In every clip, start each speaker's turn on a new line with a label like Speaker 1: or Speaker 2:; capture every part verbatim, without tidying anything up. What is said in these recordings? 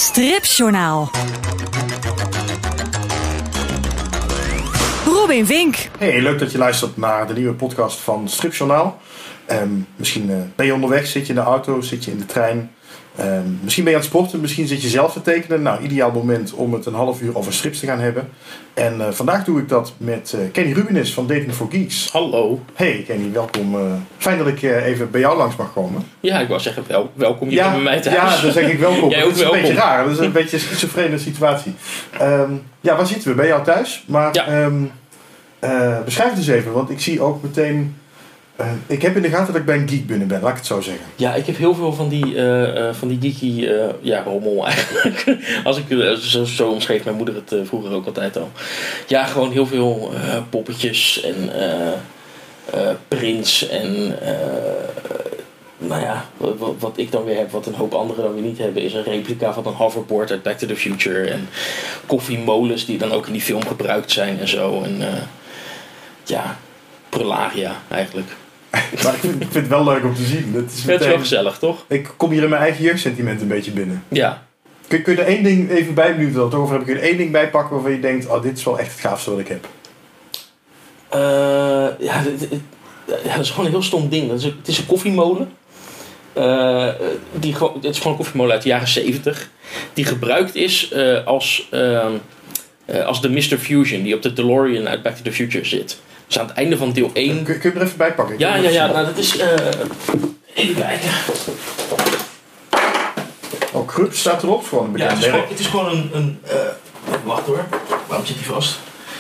Speaker 1: Stripjournaal. Robin Vink.
Speaker 2: Hey, leuk dat je luistert naar de nieuwe podcast van Stripjournaal. Um, misschien uh, ben je onderweg, zit je in de auto, zit je in de trein. Um, misschien ben je aan het sporten, misschien zit je zelf te tekenen. Nou, ideaal moment om het een half uur over strips te gaan hebben. En uh, vandaag doe ik dat met uh, Kenny Rubinis van Dating for Geeks.
Speaker 3: Hallo.
Speaker 2: Hey Kenny, welkom. Uh, fijn dat ik uh, even bij jou langs mag komen.
Speaker 3: Ja, ik wou zeggen wel, welkom hier
Speaker 2: ja,
Speaker 3: bij mij thuis.
Speaker 2: Ja, dan zeg ik welkom.
Speaker 3: Jij ook
Speaker 2: Het is
Speaker 3: welkom.
Speaker 2: een beetje raar, dat is een beetje een schizofrene situatie. Um, ja, waar zitten we? Bij jou thuis? Maar
Speaker 3: ja.
Speaker 2: um, uh, beschrijf het eens even, want ik zie ook meteen... Uh, ik heb in de gaten dat ik bij een geek binnen ben, laat ik het zo zeggen.
Speaker 3: Ja, ik heb heel veel van die, uh, uh, van die geeky, uh, ja, rommel eigenlijk. Als ik, uh, zo, zo omschreef mijn moeder het uh, vroeger ook altijd al. Ja, gewoon heel veel uh, poppetjes en uh, uh, prints en... Uh, nou ja, wat, wat ik dan weer heb, wat een hoop anderen dan weer niet hebben, is een replica van een hoverboard uit Back to the Future. En koffiemolens die dan ook in die film gebruikt zijn en zo. En uh, ja, prularia eigenlijk.
Speaker 2: Maar ik vind, ik vind het wel leuk om te zien. Het is,
Speaker 3: meteen, het is wel gezellig, toch?
Speaker 2: Ik kom hier in mijn eigen jeugdsentiment een beetje binnen.
Speaker 3: Ja.
Speaker 2: Kun, kun je er één ding even bij, nu we het over hebben, kun je er één ding bij pakken waarvan je denkt, oh, dit is wel echt het gaafste wat ik heb?
Speaker 3: Uh, ja, het, het, ja, dat is gewoon een heel stom ding. Dat is een, het is een koffiemolen. Uh, die, het is gewoon een koffiemolen uit de jaren zeventig. Die gebruikt is uh, als, uh, uh, als de mister Fusion die op de DeLorean uit Back to the Future zit. Dus aan het einde van deel één...
Speaker 2: Kun, kun je er even bij pakken?
Speaker 3: Ja, ja, ja. Nou, dat is... Uh, even kijken.
Speaker 2: Oh, Krupp staat erop. Gewoon een
Speaker 3: ja, het is
Speaker 2: merk.
Speaker 3: gewoon, het is gewoon een... een uh, wacht hoor. Waarom zit hij vast?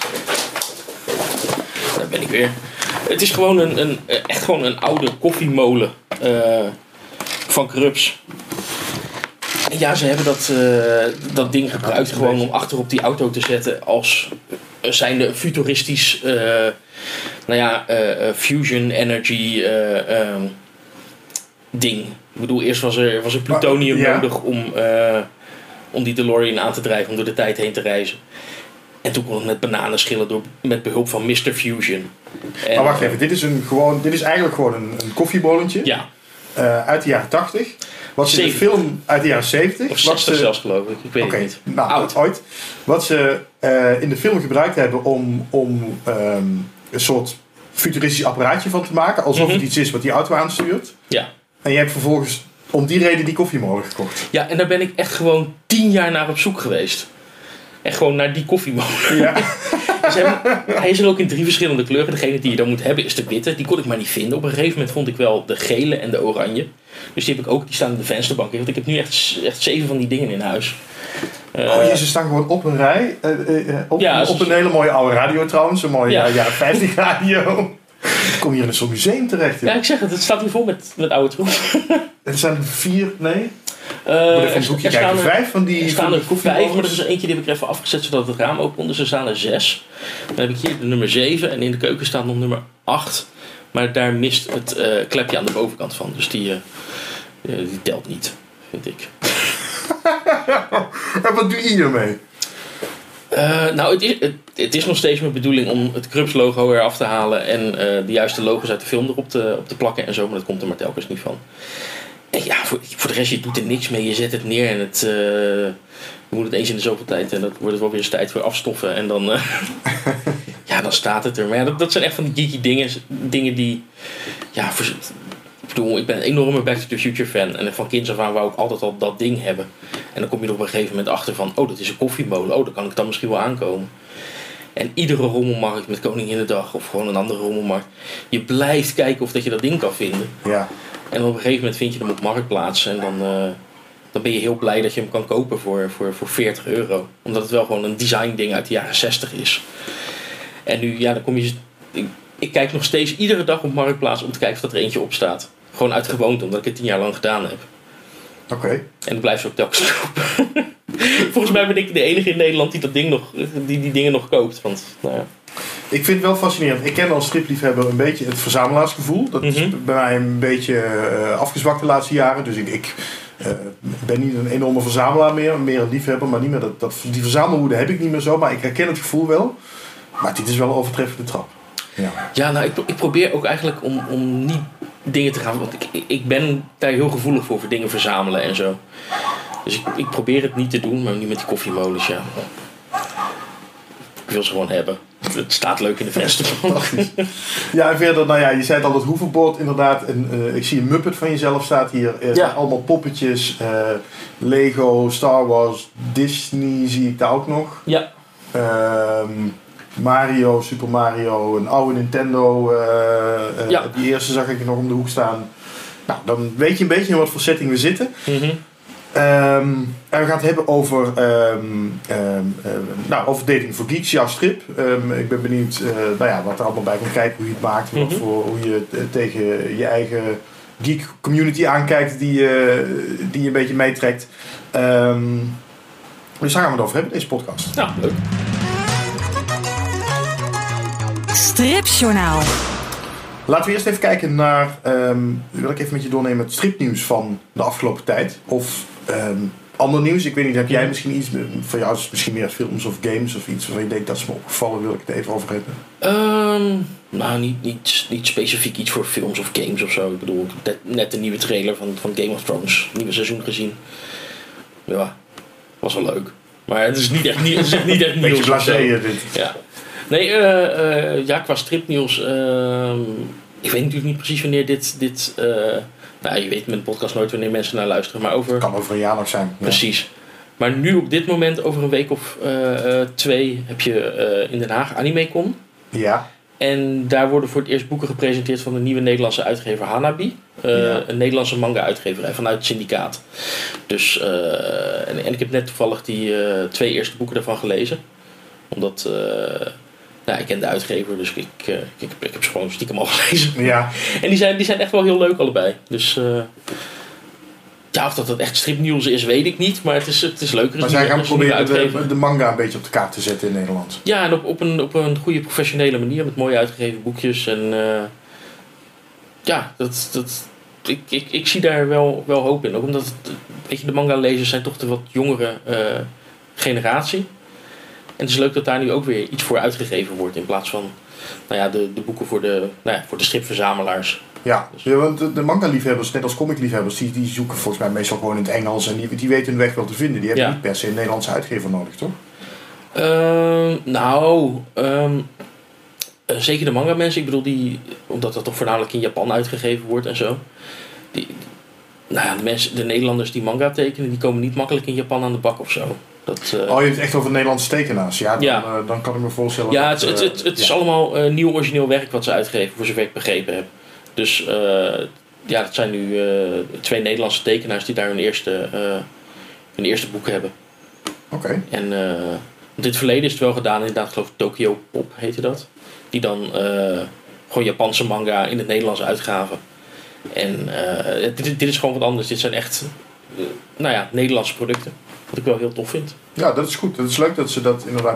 Speaker 3: Daar ben ik weer. Het is gewoon een, een, echt gewoon een oude koffiemolen uh, van Krups. En ja, ze hebben dat, uh, dat ding gebruikt gewoon om achter op die auto te zetten als zijnde een futuristisch uh, nou ja, uh, fusion energy uh, um, ding. Ik bedoel, eerst was er, was er plutonium
Speaker 2: maar, ja.
Speaker 3: nodig om, uh, om die DeLorean aan te drijven, om door de tijd heen te reizen. En toen kon het met bananen schillen door, met behulp van mister Fusion. En,
Speaker 2: maar wacht even, dit is, een, gewoon, dit is eigenlijk gewoon een, een koffiemolentje
Speaker 3: ja.
Speaker 2: uh, uit de jaren tachtig. Wat ze in de film uit de jaren zeventig...
Speaker 3: Of zestig zelfs geloof ik, ik weet
Speaker 2: okay,
Speaker 3: het niet.
Speaker 2: Nou,
Speaker 3: Oud.
Speaker 2: ooit. Wat ze uh, in de film gebruikt hebben om, om um, een soort futuristisch apparaatje van te maken. Alsof
Speaker 3: mm-hmm.
Speaker 2: het iets is wat die auto aanstuurt.
Speaker 3: Ja.
Speaker 2: En je hebt vervolgens om die reden die koffiemolen gekocht.
Speaker 3: Ja, en daar ben ik echt gewoon tien jaar naar op zoek geweest. Echt gewoon naar die koffiemolen.
Speaker 2: Ja.
Speaker 3: Dus hij is er ook in drie verschillende kleuren. Degene die je dan moet hebben is de witte. Die kon ik maar niet vinden. Op een gegeven moment vond ik wel de gele en de oranje. Dus die heb ik ook. Die staan in de vensterbank. Want ik heb nu echt, echt zeven van die dingen in huis.
Speaker 2: Uh, oh je, ze staan gewoon op een rij. Uh, uh, op,
Speaker 3: ja,
Speaker 2: op een hele mooie oude radio trouwens. Een mooie
Speaker 3: ja.
Speaker 2: jaren vijftig radio. Ik kom hier in zo'n museum terecht.
Speaker 3: Ja, ja ik zeg het. Het staat hier vol met, met oude troep.
Speaker 2: Er zijn vier, nee?
Speaker 3: Uh,
Speaker 2: er,
Speaker 3: er,
Speaker 2: er staan er vijf van die,
Speaker 3: er staan
Speaker 2: van
Speaker 3: er
Speaker 2: die
Speaker 3: vijf, maar er is er eentje die heb ik even afgezet zodat het raam open kon. Dus er staan er zes. Dan heb ik hier de nummer zeven en in de keuken staat nog nummer acht. Maar daar mist het uh, klepje aan de bovenkant van. Dus die, uh, die telt niet, vind ik.
Speaker 2: En wat doe je hiermee?
Speaker 3: Uh, nou, het is, het, het is nog steeds mijn bedoeling om het Krups logo eraf te halen. En uh, de juiste logos uit de film erop te, op te plakken en zo. Maar dat komt er maar telkens niet van. En ja, voor, voor de rest, je doet er niks mee. Je zet het neer en het, uh, je moet het eens in de zoveel tijd. En dan wordt het wel weer eens tijd voor afstoffen. En dan, uh, ja, dan staat het er. Maar ja, dat, dat zijn echt van die geeky dingen, dingen die... Ja, voor, ik bedoel, ik ben een enorme Back to the Future fan. En van kinds af aan wou ik altijd al dat ding hebben. En dan kom je er op een gegeven moment achter van... Oh, dat is een koffiemolen. Oh, dan kan ik dan misschien wel aankomen. En iedere rommelmarkt met Koninginnedag of gewoon een andere rommelmarkt... Je blijft kijken of dat je dat ding kan vinden.
Speaker 2: Ja.
Speaker 3: En op een gegeven moment vind je hem op Marktplaats. En dan, uh, dan ben je heel blij dat je hem kan kopen voor, voor, voor veertig euro. Omdat het wel gewoon een design ding uit de jaren zestig is. En nu, ja, dan kom je... Ik, ik kijk nog steeds iedere dag op Marktplaats om te kijken of dat er eentje op staat. Gewoon uit gewoonte, omdat ik het tien jaar lang gedaan heb.
Speaker 2: Oké. Okay.
Speaker 3: En dan blijf ze ook telkens kopen. Volgens mij ben ik de enige in Nederland die dat ding nog, die, die dingen nog koopt. Want, nou ja.
Speaker 2: Ik vind het wel fascinerend. Ik ken als stripliefhebber een beetje het verzamelaarsgevoel. Dat is mm-hmm. bij mij een beetje uh, afgezwakt de laatste jaren. Dus ik, ik uh, ben niet een enorme verzamelaar meer. Meer een liefhebber. Maar niet meer dat, dat, die verzamelwoede heb ik niet meer zo. Maar ik herken het gevoel wel. Maar dit is wel een overtreffende trap. Ja,
Speaker 3: ja nou, ik, ik probeer ook eigenlijk om, om niet dingen te gaan... Want ik, ik ben daar heel gevoelig voor, voor dingen verzamelen en zo. Dus ik, ik probeer het niet te doen, maar nu met die koffiemolens, ja. Ik wil ze gewoon hebben. Het staat leuk in de vensterbank.
Speaker 2: Ja, en verder, nou ja, je zei het al, het hoverboard inderdaad. En, uh, ik zie een Muppet van jezelf staat hier. Uh,
Speaker 3: Ja.
Speaker 2: Allemaal poppetjes. Uh, Lego, Star Wars, Disney zie ik daar ook nog.
Speaker 3: Ja.
Speaker 2: Um, Mario, Super Mario, een oude Nintendo. Uh, uh,
Speaker 3: Ja.
Speaker 2: Die eerste zag ik nog om de hoek staan. Nou, dan weet je een beetje in wat voor setting we zitten.
Speaker 3: Mm-hmm.
Speaker 2: Um, en we gaan het hebben over, um, um, um, nou, over Dating for Geeks, jouw strip. Um, ik ben benieuwd uh, nou ja, wat er allemaal bij komt kijken, hoe je het maakt,
Speaker 3: Mm-hmm.
Speaker 2: wat voor, hoe je uh, tegen je eigen geek community aankijkt die, uh, die je een beetje meetrekt. Um, dus daar gaan we het over hebben, deze podcast.
Speaker 3: Nou, leuk.
Speaker 1: Stripjournaal.
Speaker 2: Laten we eerst even kijken naar, um, wil ik even met je doornemen, het stripnieuws van de afgelopen tijd. Of um, ander nieuws. Ik weet niet, heb jij misschien iets, voor jou is het misschien meer films of games of iets waarvan je denkt dat is me opgevallen, wil ik het even over hebben.
Speaker 3: Um, nou, niet, niet, niet specifiek iets voor films of games of zo. Ik bedoel, ik heb net, net de nieuwe trailer van, van Game of Thrones, nieuwe seizoen gezien. Ja, was wel leuk. Maar het is niet echt, niet, het is niet echt nieuws.
Speaker 2: Beetje blasé dit.
Speaker 3: Ja. Nee, uh, uh, ja, qua stripnieuws. Uh, ik weet natuurlijk niet precies wanneer dit... dit uh, nou, je weet met een podcast nooit wanneer mensen naar luisteren. Maar over...
Speaker 2: Kan over een jaar nog zijn. Ja.
Speaker 3: Precies. Maar nu op dit moment, over een week of uh, uh, twee, heb je uh, in Den Haag AnimeCon.
Speaker 2: Ja.
Speaker 3: En daar worden voor het eerst boeken gepresenteerd van de nieuwe Nederlandse uitgever Hanabi. Uh, ja. Een Nederlandse manga-uitgeverij vanuit het syndicaat. Dus, uh, en, en ik heb net toevallig die uh, twee eerste boeken daarvan gelezen. Omdat... Uh, Nou, ik ken de uitgever, dus ik, ik, ik, ik heb ze gewoon stiekem al gelezen.
Speaker 2: Ja.
Speaker 3: En die zijn, die zijn echt wel heel leuk allebei. Dus uh, ja, of dat het echt stripnieuws is, weet ik niet. Maar het is, het is leuker.
Speaker 2: Maar zij gaan proberen de, de manga een beetje op de kaart te zetten in Nederland.
Speaker 3: Ja, en op, op, een, op een goede professionele manier. Met mooi uitgegeven boekjes. En uh, ja, dat, dat, ik, ik, ik zie daar wel, wel hoop in. Ook omdat het, weet je, de manga-lezers zijn toch de wat jongere uh, generatie. En het is leuk dat daar nu ook weer iets voor uitgegeven wordt. In plaats van nou ja, de, de boeken voor de, nou ja, voor de stripverzamelaars.
Speaker 2: Ja, ja, want de, de manga-liefhebbers, net als comic-liefhebbers, die, die zoeken volgens mij meestal gewoon in het Engels. En die, die weten hun weg wel te vinden. Die hebben ja. niet per se een Nederlandse uitgever nodig, toch?
Speaker 3: Uh, nou, um, uh, zeker de manga-mensen. Ik bedoel, die, omdat dat toch voornamelijk in Japan uitgegeven wordt en zo. Die, nou ja, de, mensen, de Nederlanders die manga tekenen, die komen niet makkelijk in Japan aan de bak of zo. Dat, uh,
Speaker 2: oh, je hebt het echt over Nederlandse tekenaars. Ja, dan,
Speaker 3: ja.
Speaker 2: Uh, dan kan ik me voorstellen.
Speaker 3: Ja,
Speaker 2: dat,
Speaker 3: het, het, het, het
Speaker 2: uh,
Speaker 3: is
Speaker 2: ja.
Speaker 3: allemaal uh, nieuw origineel werk wat ze uitgeven, voor zover ik begrepen heb. Dus uh, ja, dat zijn nu uh, twee Nederlandse tekenaars die daar hun eerste, uh, hun eerste boek hebben.
Speaker 2: Oké. Okay.
Speaker 3: En uh, in het verleden is het wel gedaan, inderdaad, ik geloof Tokyo Pop heette dat. Die dan uh, gewoon Japanse manga in het Nederlands uitgaven. En uh, dit, dit is gewoon wat anders. Dit zijn echt uh, nou ja, Nederlandse producten. Wat ik wel heel tof vind.
Speaker 2: Ja, dat is goed. Het is leuk dat ze dat inderdaad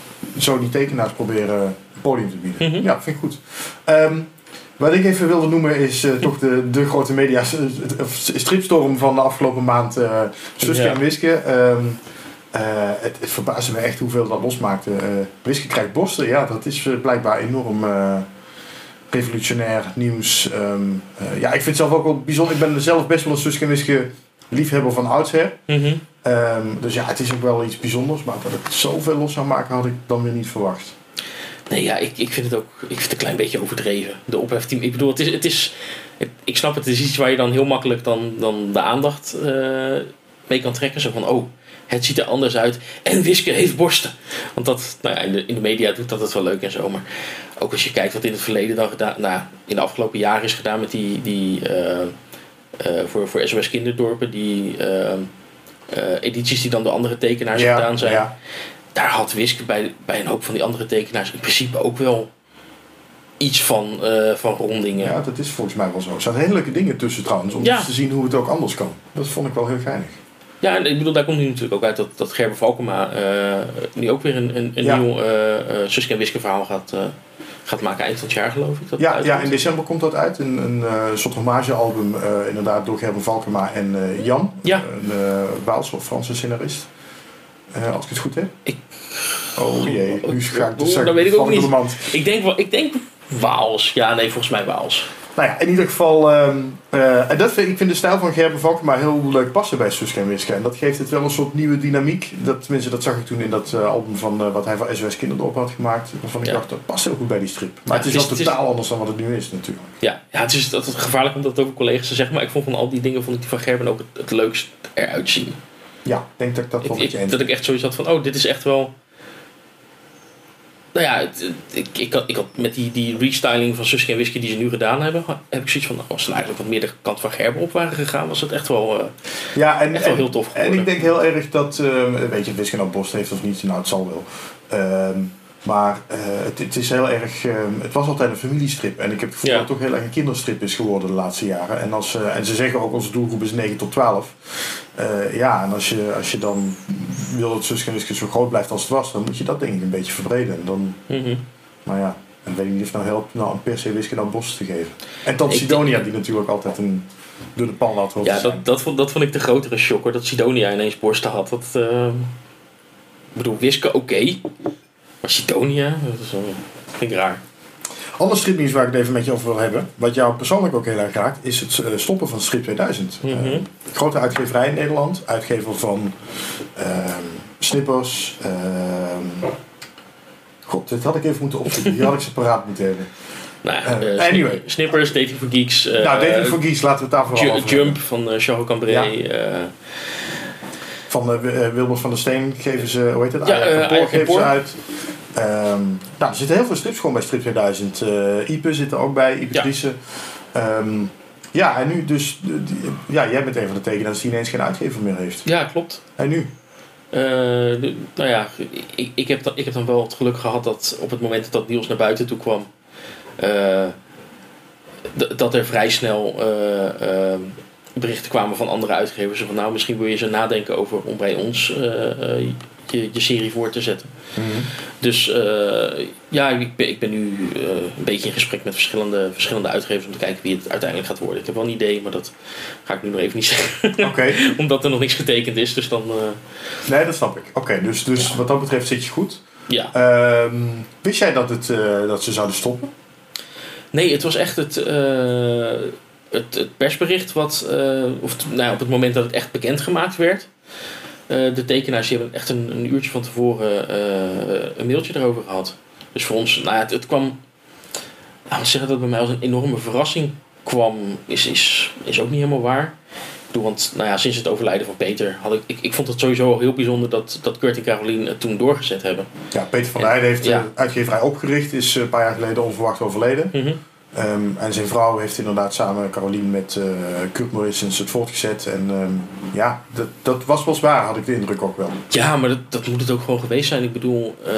Speaker 2: zo die tekenaars proberen een podium te bieden. Mm-hmm. Ja, dat vind ik goed. Um, wat ik even wilde noemen is uh, toch de, de grote media stripstorm van de afgelopen maand. Uh, Suske ja. en Wiske. Um, uh, het, het verbaasde me echt hoeveel dat losmaakte. Uh, Wiske krijgt borsten. Ja, dat is uh, blijkbaar enorm uh, revolutionair nieuws. Um, uh, ja, ik vind het zelf ook wel bijzonder. Ik ben zelf best wel een Suske en Wiske liefhebber van oudsher.
Speaker 3: Mm-hmm.
Speaker 2: Um, dus ja, het is ook wel iets bijzonders. Maar dat het zoveel los zou maken had ik dan weer niet verwacht.
Speaker 3: Nee, ja, ik, ik vind het ook ik vind het een klein beetje overdreven. De ophefteam. Ik bedoel, het is, het is, het, ik snap het, het is iets waar je dan heel makkelijk dan, dan de aandacht uh, mee kan trekken. Zo van, oh, het ziet er anders uit. En Wiske heeft borsten. Want dat, nou ja, in de, in de media doet dat het wel leuk en zo. Maar ook als je kijkt wat in het verleden dan gedaan, nou, in de afgelopen jaren is gedaan met die, die uh, uh, voor, voor S O S Kinderdorpen, die uh, uh, edities die dan door andere tekenaars
Speaker 2: ja,
Speaker 3: gedaan zijn.
Speaker 2: Ja.
Speaker 3: Daar had Wiske bij, bij een hoop van die andere tekenaars in principe ook wel iets van, uh, van rondingen.
Speaker 2: Ja, dat is volgens mij wel zo. Er zaten hele leuke dingen tussen trouwens, om
Speaker 3: ja.
Speaker 2: te zien hoe het ook anders kan. Dat vond ik wel heel geinig.
Speaker 3: Ja, en ik bedoel, daar komt nu natuurlijk ook uit dat, dat Gerben Valkema uh, nu ook weer een, een, een ja. nieuw uh, uh, Suske en Wiske verhaal gaat, uh, gaat maken eind van het jaar, geloof ik. Dat
Speaker 2: ja, ja, in december komt dat uit. Een, een uh, soort hommagealbum, uh, inderdaad, door Gerben Valkema en uh, Jan.
Speaker 3: Ja.
Speaker 2: Een uh, Waals of Franse scenarist. Uh, als ik het goed heb.
Speaker 3: Ik...
Speaker 2: Oh jee, nu ga ik dus
Speaker 3: oh, dat weet ik ook niet.
Speaker 2: De mand.
Speaker 3: Ik denk, ik denk Waals. Ja, nee, volgens mij Waals.
Speaker 2: Nou ja, in ieder geval, um, uh, en dat vind, ik vind de stijl van Gerben Valkema heel leuk passen bij Suske en Wiske. En dat geeft het wel een soort nieuwe dynamiek. Dat, tenminste, dat zag ik toen in dat uh, album van uh, wat hij voor S O S Kinderdorp had gemaakt. Waarvan ik ja. dacht, dat past heel goed bij die strip. Maar ja, het is wel totaal is, anders dan wat het nu is natuurlijk.
Speaker 3: Ja, ja het is dat het gevaarlijk om dat over collega's te zeggen. Maar ik vond van al die dingen vond ik die van Gerben ook het, het leukst eruit zien.
Speaker 2: Ja, ik denk dat ik dat wel
Speaker 3: met je eens. Dat ik echt zoiets had van, oh, dit is echt wel... Nou ja, het, het, ik, ik, had, ik had met die, die restyling van Suske en Wiske die ze nu gedaan hebben, heb ik zoiets van, nou, als ze eigenlijk wat meer de kant van Gerben op waren gegaan, was het echt wel, uh,
Speaker 2: ja, en,
Speaker 3: echt wel
Speaker 2: en,
Speaker 3: heel tof geworden.
Speaker 2: En ik denk heel erg dat, uh, weet je, Wiske nou Borst heeft of niet, nou het zal wel. Uh, maar uh, het, het is heel erg, uh, het was altijd een familiestrip en ik heb het gevoel ja. dat het toch heel erg een kinderstrip is geworden de laatste jaren. En, als, uh, en ze zeggen ook, onze doelgroep is negen tot twaalf. Uh, ja, en als je, als je dan wil dat Suske en Wiske zo groot blijft als het was, dan moet je dat denk ik een beetje verbreden. En dan,
Speaker 3: mm-hmm.
Speaker 2: Maar ja, en weet ik niet of het nou helpt nou, om per se Wiske dan Bos te geven. En dan Sidonia, denk... die natuurlijk altijd een door de pan had.
Speaker 3: Ja, dat, dat, vond, dat vond ik de grotere shock hoor, dat Sidonia ineens borsten had. Dat, uh, ik bedoel, Wiske oké, okay, maar Sidonia, dat is, uh, vind ik raar.
Speaker 2: Ander stripnieuws waar ik het even met je over wil hebben, wat jou persoonlijk ook heel erg raakt, is het uh, stoppen van Strip tweeduizend.
Speaker 3: Mm-hmm.
Speaker 2: Uh, grote uitgeverij in Nederland, uitgever van uh, Snippers. Uh, God, dit had ik even moeten opzoeken, die had ik ze paraat moeten hebben.
Speaker 3: Nou ja, uh, uh, anyway. Snippers, Dating for Geeks. Uh,
Speaker 2: nou, Dating for Geeks, laten we het daar vooral
Speaker 3: Ju-
Speaker 2: over
Speaker 3: Jump
Speaker 2: hebben.
Speaker 3: van uh, Charles Cambrai. Ja. Uh,
Speaker 2: van uh, Wilbert van der Steen geven ze, hoe heet het?
Speaker 3: Ja, uh,
Speaker 2: Poor geven ze uit. Um, nou, er zitten heel veel strips gewoon bij Strip tweeduizend. Uh, Ipe zit er ook bij, Ipatrice. Ja. Um, ja, en nu dus... Die, ja, jij bent een van de tekenaars die ineens geen uitgever meer heeft.
Speaker 3: Ja, klopt.
Speaker 2: En nu?
Speaker 3: Uh, de, nou ja, ik, ik, heb dan, ik heb dan wel het geluk gehad dat op het moment dat dat nieuws naar buiten toe kwam... Uh, d- dat er vrij snel uh, uh, berichten kwamen van andere uitgevers. Van nou, misschien wil je eens nadenken over om bij ons... Uh, uh, Je, je serie voor te zetten.
Speaker 2: Mm-hmm.
Speaker 3: Dus uh, ja, ik ben, ik ben nu uh, een beetje in gesprek met verschillende, verschillende uitgevers om te kijken wie het uiteindelijk gaat worden. Ik heb wel een idee, maar dat ga ik nu nog even niet zeggen.
Speaker 2: Okay.
Speaker 3: Omdat er nog niks getekend is. Dus dan, uh...
Speaker 2: Nee, dat snap ik. Oké, okay, dus, dus ja. wat dat betreft zit je goed.
Speaker 3: Ja.
Speaker 2: Um, wist jij dat, het, uh, dat ze zouden stoppen?
Speaker 3: Nee, het was echt het, uh, het, het persbericht wat, uh, of t- nou, op het moment dat het echt bekendgemaakt werd. Uh, de tekenaars die hebben echt een, een uurtje van tevoren uh, een mailtje erover gehad. Dus voor ons, nou ja, het, het kwam... Nou, zeggen dat het bij mij als een enorme verrassing kwam, is, is, is ook niet helemaal waar. Ik bedoel, want nou ja, sinds het overlijden van Peter had ik... Ik, ik vond het sowieso al heel bijzonder dat, dat Kurt en Carolien het toen doorgezet hebben.
Speaker 2: Ja, Peter van der Heijden heeft ja. de uitgeverij opgericht, is een paar jaar geleden onverwacht overleden.
Speaker 3: Mm-hmm.
Speaker 2: Um, en zijn vrouw heeft inderdaad samen Carolien met uh, Kurt Morrisons het voortgezet. En um, ja, dat, dat was wel zwaar, had ik de indruk ook wel.
Speaker 3: Ja, maar dat, dat moet het ook gewoon geweest zijn. Ik bedoel, uh,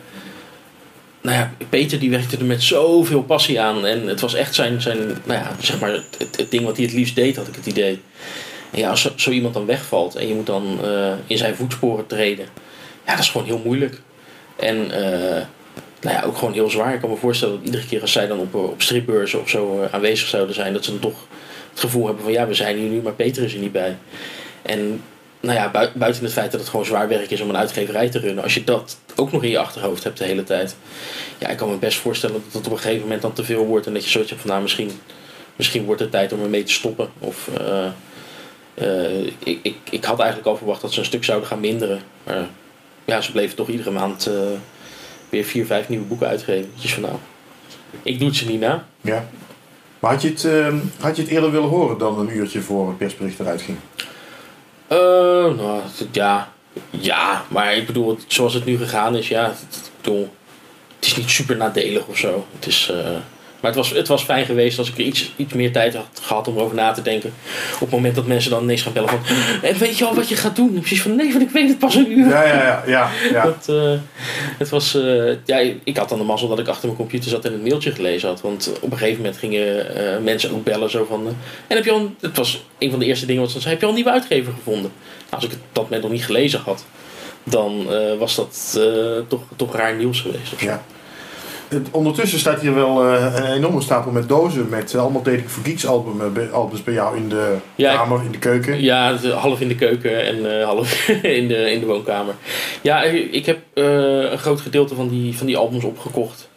Speaker 3: nou ja, Peter die werkte er met zoveel passie aan. En het was echt zijn, zijn nou ja, zeg maar het, het ding wat hij het liefst deed, had ik het idee. En ja, als zo, zo iemand dan wegvalt en je moet dan uh, in zijn voetsporen treden. Ja, dat is gewoon heel moeilijk. En... Uh, Nou ja, ook gewoon heel zwaar. Ik kan me voorstellen dat iedere keer als zij dan op, op stripbeurzen of zo uh, aanwezig zouden zijn, dat ze dan toch het gevoel hebben van ja, we zijn hier nu, maar Peter is er niet bij. En nou ja, bui- buiten het feit dat het gewoon zwaar werk is om een uitgeverij te runnen, als je dat ook nog in je achterhoofd hebt de hele tijd. Ja, ik kan me best voorstellen dat het op een gegeven moment dan te veel wordt en dat je zoiets hebt van nou, misschien, misschien wordt het tijd om ermee te stoppen. Of uh, uh, ik, ik, ik had eigenlijk al verwacht dat ze een stuk zouden gaan minderen. Maar ja, ze bleven toch iedere maand... Uh, weer vier, vijf nieuwe boeken uitgeven. Dus van nou, ik doe het ze niet na.
Speaker 2: Ja. Maar had je, het, uh, had je het eerder willen horen dan een uurtje voor het persbericht eruit ging?
Speaker 3: Uh, nou, ja. Ja, maar ik bedoel, zoals het nu gegaan is, ja, het, ik bedoel, het is niet super nadelig of zo. Het is... Uh, Maar het was, het was fijn geweest als ik er iets, iets meer tijd had gehad om erover na te denken. Op het moment dat mensen dan ineens gaan bellen van... En weet je al wat je gaat doen? En precies van nee, want ik weet het pas een uur.
Speaker 2: Ja, ja, ja. ja, ja.
Speaker 3: Dat, uh, het was, uh, ja, ik had dan de mazzel dat ik achter mijn computer zat en een mailtje gelezen had. Want op een gegeven moment gingen uh, mensen ook bellen zo van... Uh, en heb je al... Het was een van de eerste dingen wat ze zei. Heb je al een nieuwe uitgever gevonden? Nou, als ik het dat moment nog niet gelezen had... Dan uh, was dat uh, toch, toch raar nieuws geweest. Of zo.
Speaker 2: Ja. Ondertussen staat hier wel uh, een enorme stapel met dozen met uh, allemaal Dating for Geeks album, uh, albums bij jou in de ja, kamer, in de keuken.
Speaker 3: Ja, half in de keuken en uh, half in de, in de woonkamer. Ja, ik heb uh, een groot gedeelte van die, van die albums opgekocht.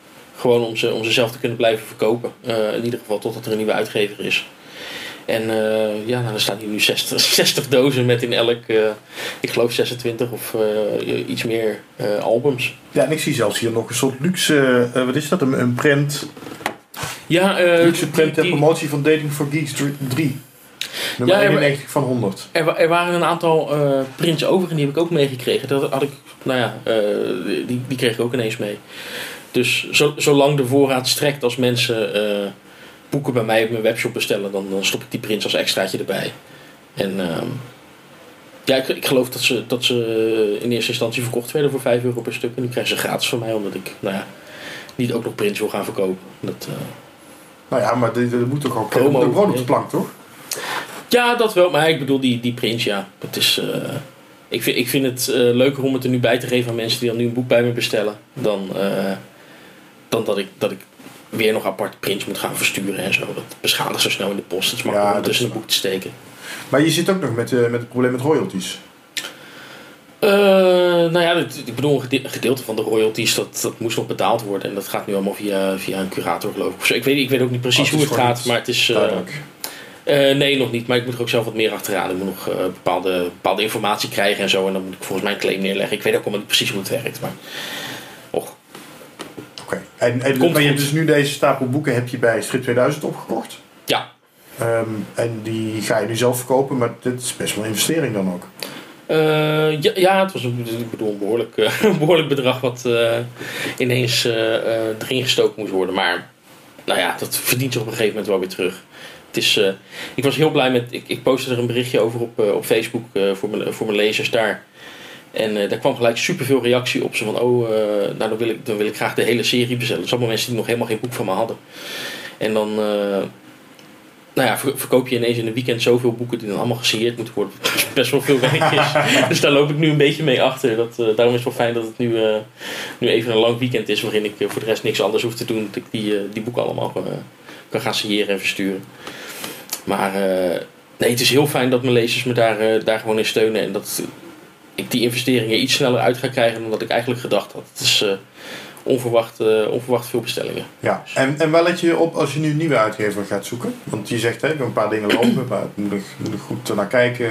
Speaker 3: Gewoon om ze, om ze zelf te kunnen blijven verkopen. Uh, in ieder geval totdat er een nieuwe uitgever is. En uh, ja, nou, er staan hier nu zestig, zestig dozen met in elk, uh, ik geloof zesentwintig of uh, iets meer uh, albums.
Speaker 2: Ja, en ik zie zelfs hier nog een soort luxe, uh, wat is dat, een, een print...
Speaker 3: Ja, uh,
Speaker 2: luxe print ter promotie van Dating for Geeks drie. Nummer ja, eenennegentig van honderd.
Speaker 3: Er, er waren een aantal uh, prints over en die heb ik ook meegekregen. Dat had ik, nou ja, uh, die, die kreeg ik ook ineens mee. Dus zo, zolang de voorraad strekt als mensen uh, boeken bij mij op mijn webshop bestellen, dan, dan stop ik die prints als extraatje erbij. En uh, ja, ik, ik geloof dat ze, dat ze in eerste instantie verkocht werden voor vijf euro per stuk. En die krijgen ze gratis van mij, omdat ik, nou ja, niet ook nog prints wil gaan verkopen. Dat, uh,
Speaker 2: nou ja, maar dat moet toch ook gewoon op de plank, toch?
Speaker 3: Ja, dat wel. Maar ik bedoel, die, die prints, ja. Het is, uh, ik, vind, ik vind het uh, leuker om het er nu bij te geven aan mensen die dan nu een boek bij me bestellen. Dan, uh, dan dat, ik, dat ik weer nog apart prints moet gaan versturen en zo. Dat beschadigt zo snel in de post. Het is makkelijk ja, om tussen een boek te steken.
Speaker 2: Maar je zit ook nog met, uh, met het probleem met royalties.
Speaker 3: Uh, nou ja, het, ik bedoel, een gedeelte van de royalties, dat, dat moest nog betaald worden. En dat gaat nu allemaal via, via een curator, geloof ik. Ik weet, ik weet ook niet precies oh, hoe het gaat, maar het is... Uh, Uh, nee, nog niet. Maar ik moet er ook zelf wat meer achteraan. Ik moet nog uh, bepaalde, bepaalde informatie krijgen en zo. En dan moet ik volgens mij een claim neerleggen. Ik weet ook allemaal niet precies hoe het werkt. Maar... Och.
Speaker 2: Oké. Okay. En, en maar je hebt dus nu deze stapel boeken heb je bij Strip tweeduizend opgekocht?
Speaker 3: Ja.
Speaker 2: Um, en die ga je nu zelf verkopen. Maar dit is best wel een investering dan ook.
Speaker 3: Uh, ja, ja, het was een, ik bedoel, een, behoorlijk, uh, een behoorlijk bedrag wat uh, ineens uh, uh, erin gestoken moest worden. Maar nou ja, dat verdient zich op een gegeven moment wel weer terug. Het is, uh, ik was heel blij met... Ik, ik postte er een berichtje over op, uh, op Facebook uh, voor, mijn, voor mijn lezers daar. En uh, daar kwam gelijk superveel reactie op. Zo van, oh, uh, nou dan wil, ik, dan wil ik graag de hele serie bestellen. Er zijn allemaal mensen die nog helemaal geen boek van me hadden. En dan... Uh, nou ja, ver, verkoop je ineens in een weekend zoveel boeken die dan allemaal gesigneerd moeten worden. Dat best wel veel werk is. Dus daar loop ik nu een beetje mee achter. Dat, uh, daarom is het wel fijn dat het nu, uh, nu even een lang weekend is. Waarin ik uh, voor de rest niks anders hoef te doen. Dat ik die, uh, die boeken allemaal uh, kan gaan signeren en versturen. Maar uh, nee, het is heel fijn dat mijn lezers me daar, uh, daar gewoon in steunen. En dat ik die investeringen iets sneller uit ga krijgen dan dat ik eigenlijk gedacht had. Het is uh, onverwacht, uh, onverwacht veel bestellingen. Ja,
Speaker 2: en, en waar let je op als je nu een nieuwe uitgever gaat zoeken? Want je zegt, hè, ik heb een paar dingen lopen, maar moet ik, moet ik goed naar kijken.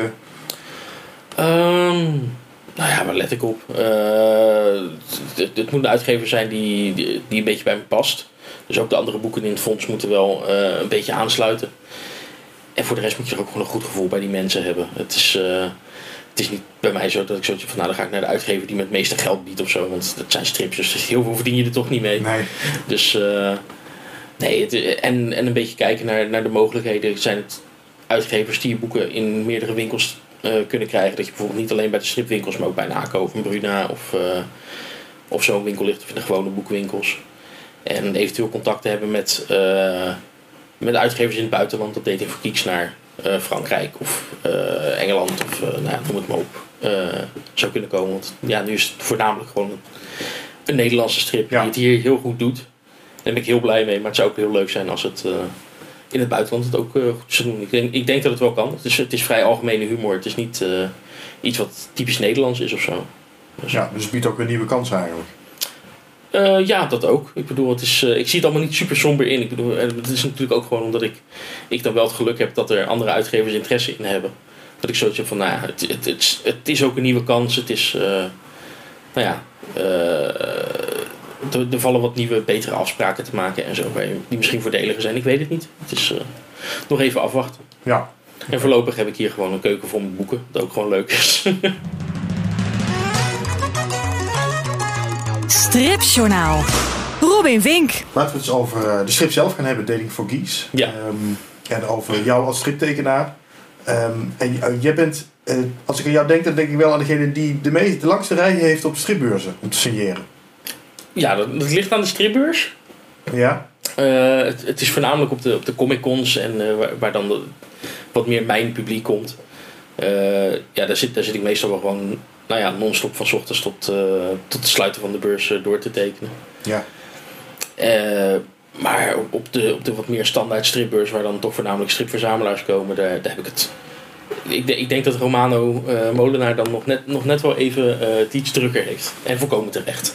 Speaker 3: Um, nou ja, waar let ik op? Uh, het, het moet een uitgever zijn die, die, die een beetje bij me past. Dus ook de andere boeken in het fonds moeten wel uh, een beetje aansluiten. En voor de rest moet je er ook gewoon een goed gevoel bij die mensen hebben. Het is, uh, het is niet bij mij zo dat ik zoiets van, nou dan ga ik naar de uitgever die me het meeste geld biedt of zo. Want dat zijn strips, dus heel veel verdien je er toch niet mee.
Speaker 2: Nee.
Speaker 3: Dus uh, nee, het, en, en een beetje kijken naar, naar de mogelijkheden. Zijn het uitgevers die je boeken in meerdere winkels uh, kunnen krijgen? Dat je bijvoorbeeld niet alleen bij de stripwinkels, maar ook bij een ACO of een Bruna of, uh, of zo'n winkel ligt of in de gewone boekwinkels. En eventueel contact te hebben met, uh, met uitgevers in het buitenland. Dat Dating for Geeks naar uh, Frankrijk of uh, Engeland of uh, nou ja, noem het maar op. Uh, zou kunnen komen. Want ja, nu is het voornamelijk gewoon een, een Nederlandse strip ja. die het hier heel goed doet. Daar ben ik heel blij mee. Maar het zou ook heel leuk zijn als het uh, in het buitenland het ook uh, goed zou doen. Ik denk, ik denk dat het wel kan. Het is, het is vrij algemene humor. Het is niet uh, iets wat typisch Nederlands is of zo.
Speaker 2: Dus, ja, dus het biedt ook een nieuwe kans eigenlijk.
Speaker 3: Uh, ja, dat ook. Ik bedoel, het is, uh, ik zie het allemaal niet super somber in. Ik bedoel, het is natuurlijk ook gewoon omdat ik, ik dan wel het geluk heb dat er andere uitgevers interesse in hebben. Dat ik zoiets heb van, nou ja, het, het, het, het is ook een nieuwe kans. Het is, uh, nou ja, uh, er, er vallen wat nieuwe, betere afspraken te maken en zo. Die misschien voordeliger zijn, ik weet het niet. Het is uh, nog even afwachten.
Speaker 2: Ja.
Speaker 3: En voorlopig heb ik hier gewoon een keuken vol met boeken. Dat ook gewoon leuk is.
Speaker 1: Stripjournaal. Robin Vink.
Speaker 2: Laten we het eens over de strip zelf gaan hebben, Dating for Geeks.
Speaker 3: Ja.
Speaker 2: Um, en over jou als striptekenaar. Um, en uh, jij bent, uh, als ik aan jou denk, dan denk ik wel aan degene die de, meest, de langste rij heeft op stripbeurzen om te signeren.
Speaker 3: Ja, dat, dat ligt aan de stripbeurs.
Speaker 2: Ja.
Speaker 3: Uh, het, het is voornamelijk op de, op de Comic-Cons en uh, waar, waar dan de, wat meer mijn publiek komt. Uh, ja, daar zit, daar zit ik meestal wel gewoon, nou ja, non-stop van 's ochtends tot, uh, tot het sluiten van de beurs uh, door te tekenen.
Speaker 2: Ja.
Speaker 3: Uh, maar op de, op de wat meer standaard stripbeurs, waar dan toch voornamelijk stripverzamelaars komen, daar, daar heb ik het. Ik, de, ik denk dat Romano uh, Molenaar dan nog net, nog net wel even uh, het iets drukker heeft. En volkomen terecht. Dus,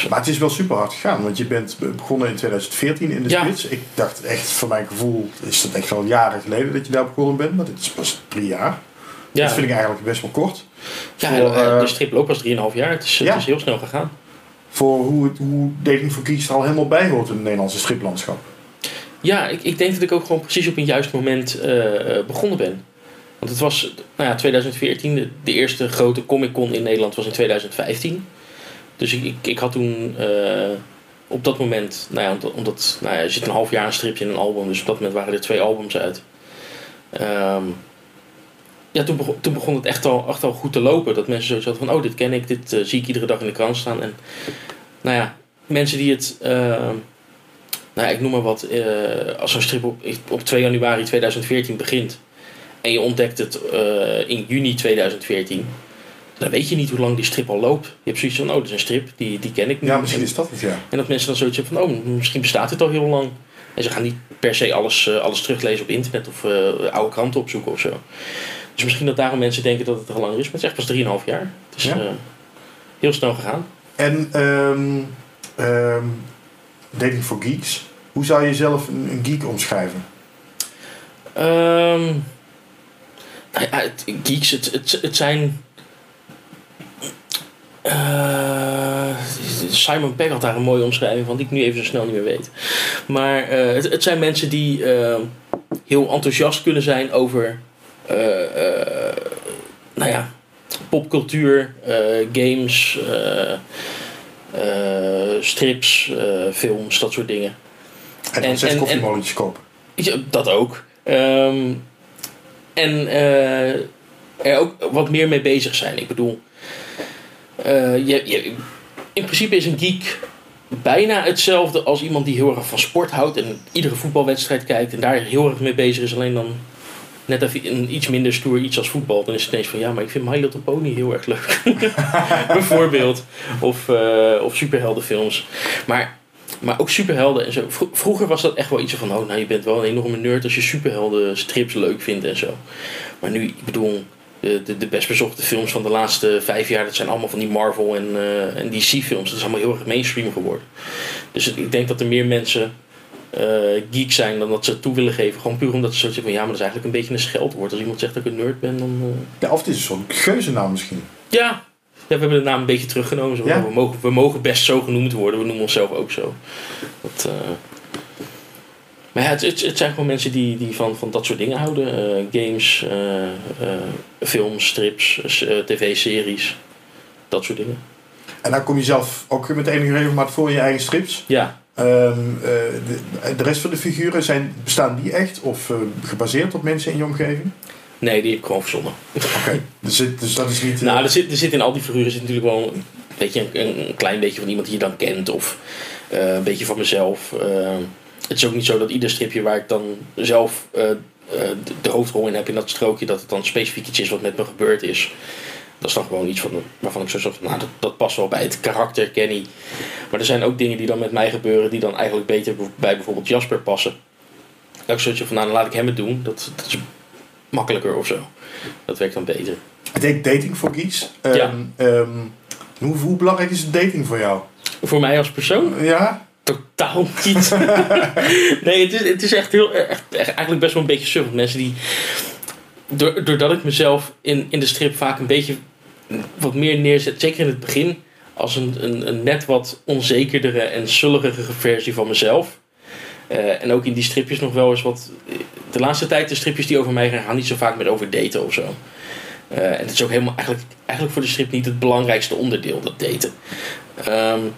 Speaker 2: Maar het is wel super hard gegaan, want je bent begonnen in twintig veertien in de
Speaker 3: Ja.
Speaker 2: spits. Ik dacht echt, voor mijn gevoel is het echt al jaren geleden dat je daar begonnen bent, maar dit is pas drie jaar.
Speaker 3: Ja,
Speaker 2: Dat vind ik eigenlijk best wel kort.
Speaker 3: ja
Speaker 2: voor, uh,
Speaker 3: de strip loopt pas drieënhalf jaar. Het is,
Speaker 2: ja.
Speaker 3: het is heel snel gegaan.
Speaker 2: Voor hoe, het, hoe Dating for Geeks er al helemaal bij hoort in het Nederlandse striplandschap.
Speaker 3: Ja, ik, ik denk dat ik ook gewoon precies op een juist moment uh, begonnen ben. Want het was, nou ja, twintig veertien, de, de eerste grote Comic-Con in Nederland was in twintig vijftien. Dus ik, ik, ik had toen uh, op dat moment, nou ja, omdat, omdat nou ja, je zit een half jaar een stripje in een album, dus op dat moment waren er twee albums uit. Um, ja, toen begon, toen begon het echt al, echt al goed te lopen. Dat mensen zoiets hadden van, oh, dit ken ik, dit uh, zie ik iedere dag in de krant staan. En nou ja, mensen die het... Uh, Nou ja, ik noem maar wat, uh, als zo'n strip op, op twee januari tweeduizend veertien begint en je ontdekt het uh, in juni tweeduizend veertien, dan weet je niet hoe lang die strip al loopt. Je hebt zoiets van, oh, dat is een strip, die, die ken ik nu.
Speaker 2: Ja, misschien is dat het, ja.
Speaker 3: En dat mensen dan zoiets hebben van, oh, misschien bestaat het al heel lang. En ze gaan niet per se alles, uh, alles teruglezen op internet of uh, oude kranten opzoeken of zo. Dus misschien dat daarom mensen denken dat het er al langer is, maar het is echt pas drieënhalf jaar. Het is ja. uh, heel snel gegaan.
Speaker 2: En um, um, Dating for Geeks, hoe zou je zelf een, een geek omschrijven?
Speaker 3: Um, nou ja, het, geeks, het, het, het zijn... Uh, Simon Pegg had daar een mooie omschrijving van, die ik nu even zo snel niet meer weet. Maar uh, het, het zijn mensen die uh, heel enthousiast kunnen zijn over... Uh, uh, nou ja, popcultuur, uh, games... Uh, Uh, strips, uh, films, dat soort dingen.
Speaker 2: En dan zes koffiemolletjes kopen.
Speaker 3: Ja, dat ook. Um, en uh, er ook wat meer mee bezig zijn. Ik bedoel, uh, je, je, in principe is een geek bijna hetzelfde als iemand die heel erg van sport houdt en iedere voetbalwedstrijd kijkt en daar heel erg mee bezig is. Alleen dan net even een iets minder stoer iets als voetbal. Dan is het ineens van, ja, maar ik vind My Little Pony heel erg leuk. Bijvoorbeeld. Of, uh, of superheldenfilms. Maar, maar ook superhelden en zo. Vro- vroeger was dat echt wel iets van, oh, nou, je bent wel een enorme nerd als je superhelden strips leuk vindt en zo. Maar nu, ik bedoel, de, de, de best bezochte films van de laatste vijf jaar, dat zijn allemaal van die Marvel en, uh, en D C films. Dat is allemaal heel erg mainstream geworden. Dus het, ik denk dat er meer mensen... Uh, geek zijn dan dat ze het toe willen geven. Gewoon puur omdat ze zo zeggen van ja, maar dat is eigenlijk een beetje een scheldwoord. Als iemand zegt dat ik een nerd ben, dan... Uh...
Speaker 2: Ja, of het is een soort geuzennaam misschien.
Speaker 3: Ja. ja, we hebben de naam een beetje teruggenomen. Zo, ja. we, mogen, we mogen best zo genoemd worden. We noemen onszelf ook zo. Dat, uh... Maar ja, het, het, het zijn gewoon mensen die, die van, van dat soort dingen houden. Uh, games, uh, uh, films, strips, uh, tv-series. Dat soort dingen.
Speaker 2: En dan kom je zelf ook met enige regelmaat voor in je eigen strips?
Speaker 3: Ja.
Speaker 2: Um, uh, de, de rest van de figuren, zijn, bestaan die echt of uh, gebaseerd op mensen in je omgeving?
Speaker 3: Nee, die heb ik gewoon verzonnen.
Speaker 2: Oké, okay. dus, dus dat is niet... Uh...
Speaker 3: Nou, er zit, er zit in al die figuren zit natuurlijk wel een, beetje een, een klein beetje van iemand die je dan kent. Of uh, een beetje van mezelf. Uh, het is ook niet zo dat ieder stripje waar ik dan zelf uh, uh, de, de hoofdrol in heb in dat strookje, dat het dan specifiek iets is wat met me gebeurd is. Dat is dan gewoon iets van, waarvan ik zo zeg, nou, dat, dat past wel bij het karakter Kenny. Maar er zijn ook dingen die dan met mij gebeuren die dan eigenlijk beter bij bijvoorbeeld Jasper passen. Dat ik zoiets van, nou, dan laat ik hem het doen. Dat, dat is makkelijker of zo. Dat werkt dan beter.
Speaker 2: Het heet Dating for Geeks. Um,
Speaker 3: ja.
Speaker 2: um, hoe, hoe belangrijk is dating voor jou?
Speaker 3: Voor mij als persoon?
Speaker 2: Ja.
Speaker 3: Totaal niet. Nee, het is, het is echt heel, echt, echt, eigenlijk best wel een beetje suf. Mensen die... Doordat ik mezelf in, in de strip vaak een beetje wat meer neerzet, zeker in het begin, als een, een, een net wat onzekerdere en sulligere versie van mezelf. Uh, en ook in die stripjes nog wel eens wat... De laatste tijd de stripjes die over mij gaan, gaan niet zo vaak met over daten of zo. Uh, en het is ook helemaal eigenlijk, eigenlijk voor de strip niet het belangrijkste onderdeel, dat daten. Um,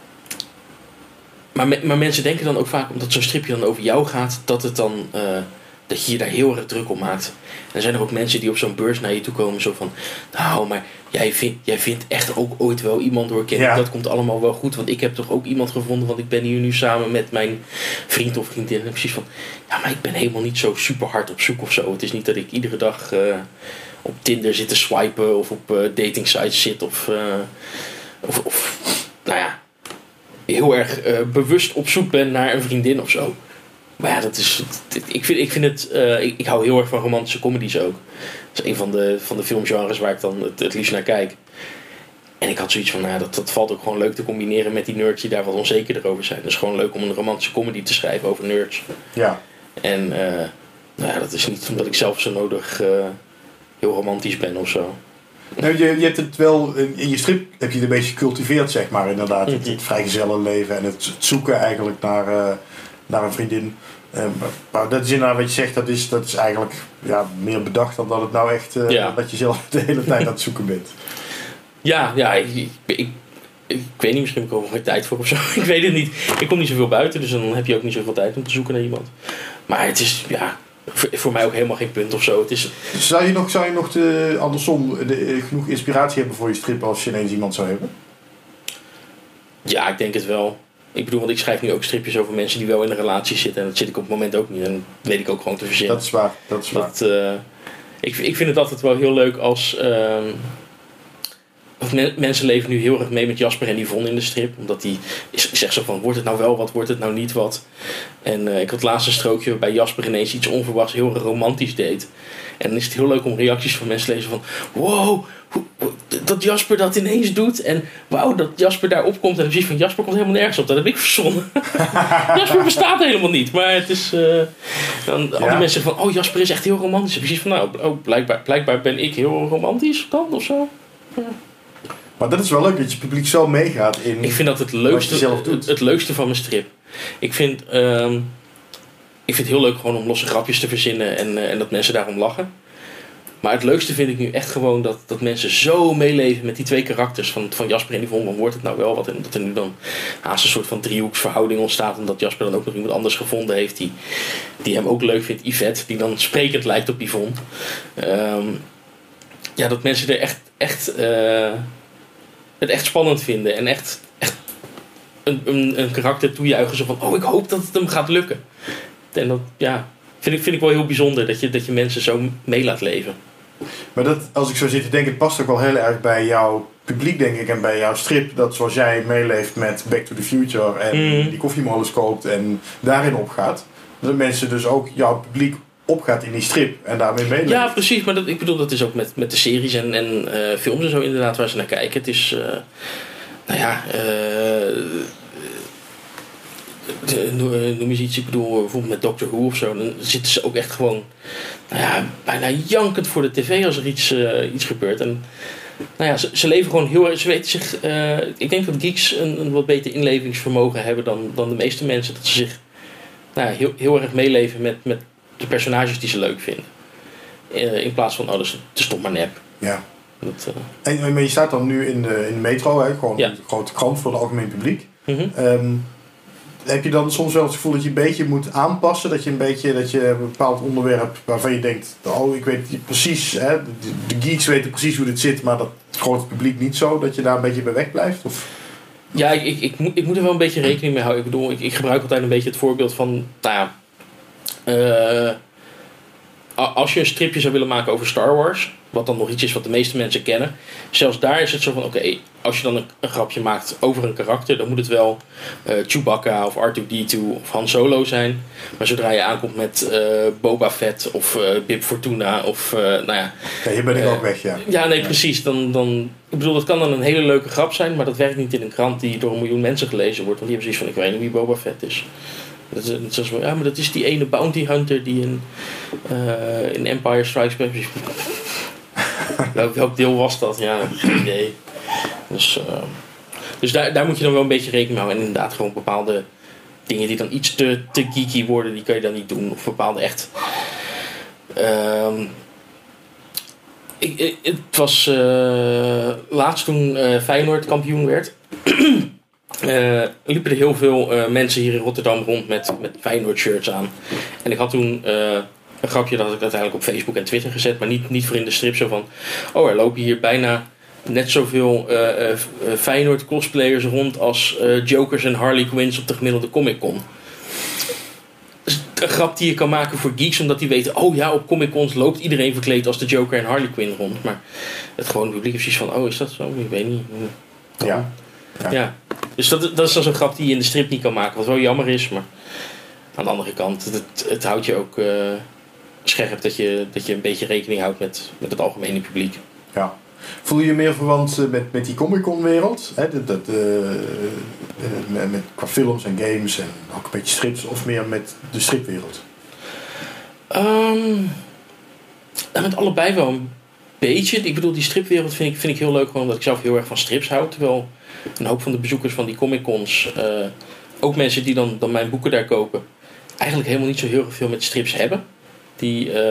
Speaker 3: maar, me, maar mensen denken dan ook vaak, omdat zo'n stripje dan over jou gaat, dat het dan... Uh, dat je je daar heel erg druk op maakt. En er zijn er ook mensen die op zo'n beurs naar je toe komen. Zo van, nou, maar jij, vind, jij vindt echt ook ooit wel iemand hoor. Ja. Dat komt allemaal wel goed. Want ik heb toch ook iemand gevonden. Want ik ben hier nu samen met mijn vriend of vriendin. En precies van, ja, maar ik ben helemaal niet zo super hard op zoek of zo. Het is niet dat ik iedere dag uh, op Tinder zit te swipen. Of op uh, dating sites zit. Of, uh, of, of, nou ja, heel erg uh, bewust op zoek ben naar een vriendin of zo. Maar ja, dat is, ik, vind, ik vind het... Uh, ik, ik hou heel erg van romantische comedies ook. Dat is een van de, van de filmgenres waar ik dan het, het liefst naar kijk. En ik had zoiets van, nou ja, dat, dat valt ook gewoon leuk te combineren met die nerds die daar wat onzekerder over zijn. Het is gewoon leuk om een romantische comedy te schrijven over nerds.
Speaker 2: Ja.
Speaker 3: En uh, nou ja, dat is niet omdat ik zelf zo nodig uh, heel romantisch ben of zo.
Speaker 2: Nou, je, je hebt het wel, in je strip heb je het een beetje gecultiveerd, zeg maar, inderdaad. Mm-hmm. Het, het vrijgezellenleven en het zoeken eigenlijk naar, uh, naar een vriendin. Uh, maar dat is inderdaad wat je zegt, dat is, dat is eigenlijk ja, meer bedacht dan dat het nou echt, uh, ja. dat je zelf de hele tijd aan het zoeken bent.
Speaker 3: Ja, ja, ik, ik, ik, ik weet niet, misschien heb ik er ook geen tijd voor of zo. Ik weet het niet. Ik kom niet zoveel buiten, dus dan heb je ook niet zoveel tijd om te zoeken naar iemand. Maar het is, ja, voor, voor mij ook helemaal geen punt of zo. Het is...
Speaker 2: Zou je nog, zou je nog de, andersom de, genoeg inspiratie hebben voor je strip als je ineens iemand zou hebben?
Speaker 3: Ja, ik denk het wel. Ik bedoel, want ik schrijf nu ook stripjes over mensen die wel in een relatie zitten. En dat zit ik op het moment ook niet. En dat weet ik ook gewoon te verzinnen.
Speaker 2: Dat is waar, dat is waar.
Speaker 3: Dat, uh, ik, ik vind het altijd wel heel leuk als... Uh, mensen leven nu heel erg mee met Jasper en Yvonne in de strip. Omdat die zegt zo van, wordt het nou wel wat, wordt het nou niet wat? En uh, ik had laatst een strookje waarbij Jasper ineens iets onverwachts heel romantisch deed. En dan is het heel leuk om reacties van mensen te lezen van... Wow, hoe, hoe, dat Jasper dat ineens doet. En wauw, dat Jasper daar opkomt. En dan zie je van, Jasper komt helemaal nergens op. Dat heb ik verzonnen. Jasper bestaat helemaal niet. Maar het is... Uh, dan, ja. Al die mensen zeggen van, oh, Jasper is echt heel romantisch. En precies van, nou, oh, blijkbaar, blijkbaar ben ik heel romantisch dan of zo. Ja.
Speaker 2: Maar dat is wel leuk dat je publiek zo meegaat in.
Speaker 3: Ik vind dat het leukste,
Speaker 2: zelf doet.
Speaker 3: Het, het leukste van mijn strip. Ik vind, um, ik vind het heel leuk gewoon om losse grapjes te verzinnen en, uh, en dat mensen daarom lachen. Maar het leukste vind ik nu echt gewoon dat, dat mensen zo meeleven met die twee karakters van, van Jasper en Yvonne. Dan wordt het nou wel wat. En dat er nu dan haast een soort van driehoeksverhouding ontstaat. En dat Jasper dan ook nog iemand anders gevonden heeft die, die hem ook leuk vindt. Yvette, die dan sprekend lijkt op Yvonne. Um, ja, dat mensen er echt... echt uh, het echt spannend vinden en echt, echt een, een, een karakter toejuichen zo van, oh, ik hoop dat het hem gaat lukken. En dat, ja, vind ik, vind ik wel heel bijzonder dat je, dat je mensen zo mee laat leven.
Speaker 2: Maar dat, als ik zo zit te denken, het past ook wel heel erg bij jouw publiek, denk ik, en bij jouw strip, dat zoals jij meeleeft met Back to the Future en mm. die koffiemolens koopt en daarin opgaat, dat mensen dus ook jouw publiek opgaat in die strip en daarmee meeleeft.
Speaker 3: Ja, precies, maar dat, ik bedoel, dat is ook met, met de series en, en uh, films en zo inderdaad waar ze naar kijken. Het is, uh, nou ja, uh, de, noem eens iets, ik bedoel, bijvoorbeeld met Doctor Who of zo, dan zitten ze ook echt gewoon, nou ja, bijna jankend voor de tv als er iets, uh, iets gebeurt. En nou ja, ze, ze leven gewoon heel erg, ze weten zich, uh, ik denk dat geeks een, een wat beter inlevingsvermogen hebben dan, dan de meeste mensen, dat ze zich nou ja, heel, heel erg meeleven met, met de personages die ze leuk vinden. Uh, in plaats van, oh, dat is, het is toch maar nep.
Speaker 2: Ja.
Speaker 3: Dat, uh...
Speaker 2: en, maar je staat dan nu in de, in de metro, hè? Gewoon
Speaker 3: ja.
Speaker 2: een grote krant voor het algemeen publiek.
Speaker 3: Mm-hmm.
Speaker 2: Um, heb je dan soms wel het gevoel dat je een beetje moet aanpassen? Dat je een beetje, dat je een bepaald onderwerp waarvan je denkt, oh, ik weet precies, hè, de, de geeks weten precies hoe dit zit, maar dat grote publiek niet zo, dat je daar een beetje bij weg blijft? Of?
Speaker 3: Ja, ik, ik, ik, moet, ik moet er wel een beetje rekening mee houden. Ik bedoel, ik, ik gebruik altijd een beetje het voorbeeld van, nou ja, Uh, als je een stripje zou willen maken over Star Wars, wat dan nog iets is wat de meeste mensen kennen, zelfs daar is het zo van, oké, okay, als je dan een, een grapje maakt over een karakter, dan moet het wel uh, Chewbacca of R two D two of Han Solo zijn. Maar zodra je aankomt met uh, Boba Fett of uh, Bib Fortuna of, uh, nou ja...
Speaker 2: Ja, hier ben ik
Speaker 3: uh,
Speaker 2: ook weg, ja.
Speaker 3: Ja, nee, precies. Dan, dan, ik bedoel, dat kan dan een hele leuke grap zijn, maar dat werkt niet in een krant die door een miljoen mensen gelezen wordt, want die hebben zoiets van, ik weet niet wie Boba Fett is. Dat is, dat is, ja, maar dat is die ene bounty hunter die in, uh, in Empire Strikes Back. welk, welk deel was dat? Ja, geen idee. Dus, uh, dus daar, daar moet je dan wel een beetje rekening mee houden. En inderdaad gewoon bepaalde dingen die dan iets te, te geeky worden, die kan je dan niet doen. Of bepaalde echt... Um, ik, ik, het was uh, laatst toen uh, Feyenoord kampioen werd... Uh, liepen er heel veel uh, mensen hier in Rotterdam rond met, met Feyenoord shirts aan. En ik had toen uh, een grapje, dat had ik uiteindelijk op Facebook en Twitter gezet, maar niet, niet voor in de strip, zo van, oh, er lopen hier bijna net zoveel uh, uh, Feyenoord cosplayers rond als uh, Jokers en Harley Quinns op de gemiddelde Comic Con. Dus een grap die je kan maken voor geeks, omdat die weten, oh ja, op Comic Cons loopt iedereen verkleed als de Joker en Harley Quinn rond. Maar het gewone publiek heeft zoiets van, oh, is dat zo? Ik weet niet. Kan.
Speaker 2: Ja.
Speaker 3: Ja. ja. Dus dat, dat is dan zo'n grap die je in de strip niet kan maken, wat wel jammer is, maar aan de andere kant, het, het houdt je ook uh, scherp dat je, dat je een beetje rekening houdt met, met het algemene publiek.
Speaker 2: Ja. Voel je je meer verwant uh, met, met die Comic-Con wereld? Hè? Dat, dat, uh, uh, met, met, qua films en games en ook een beetje strips. Of meer met de stripwereld?
Speaker 3: Um, met allebei wel een beetje. Ik bedoel, die stripwereld vind ik, vind ik heel leuk. Gewoon omdat ik zelf heel erg van strips hou. Terwijl een hoop van de bezoekers van die Comic-Cons... Uh, ook mensen die dan, dan mijn boeken daar kopen... eigenlijk helemaal niet zo heel veel met strips hebben. Die... Uh,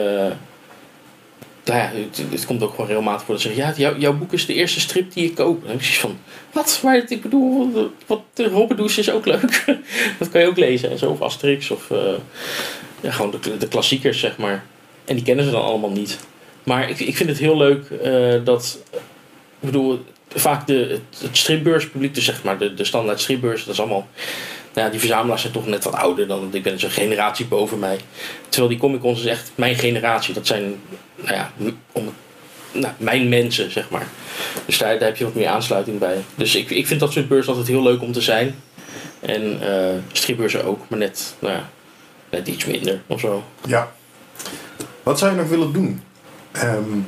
Speaker 3: nou ja, het, het komt ook gewoon regelmatig voor dat ze zeggen... ja, jou, jouw boek is de eerste strip die ik koop. En dan heb ik zoiets van... wat? Maar ik bedoel, wat de Robberdoes is ook leuk. Dat kan je ook lezen. En zo, of Asterix. Of uh, ja, gewoon de, de klassiekers, zeg maar. En die kennen ze dan allemaal niet. Maar ik, ik vind het heel leuk uh, dat... Ik bedoel, vaak de, het, het stripbeurspubliek... dus zeg maar de, de standaard stripbeurs... dat is allemaal... Nou ja, die verzamelaars zijn toch net wat ouder dan... ik ben zo'n generatie boven mij. Terwijl die Comic-Cons is echt mijn generatie. Dat zijn, nou ja, om, nou, mijn mensen, zeg maar. Dus daar, daar heb je wat meer aansluiting bij. Dus ik, ik vind dat soort beurzen altijd heel leuk om te zijn. En uh, stripbeurzen ook, maar net, nou ja, net iets minder of zo.
Speaker 2: Ja. Wat zou je nog willen doen? Um,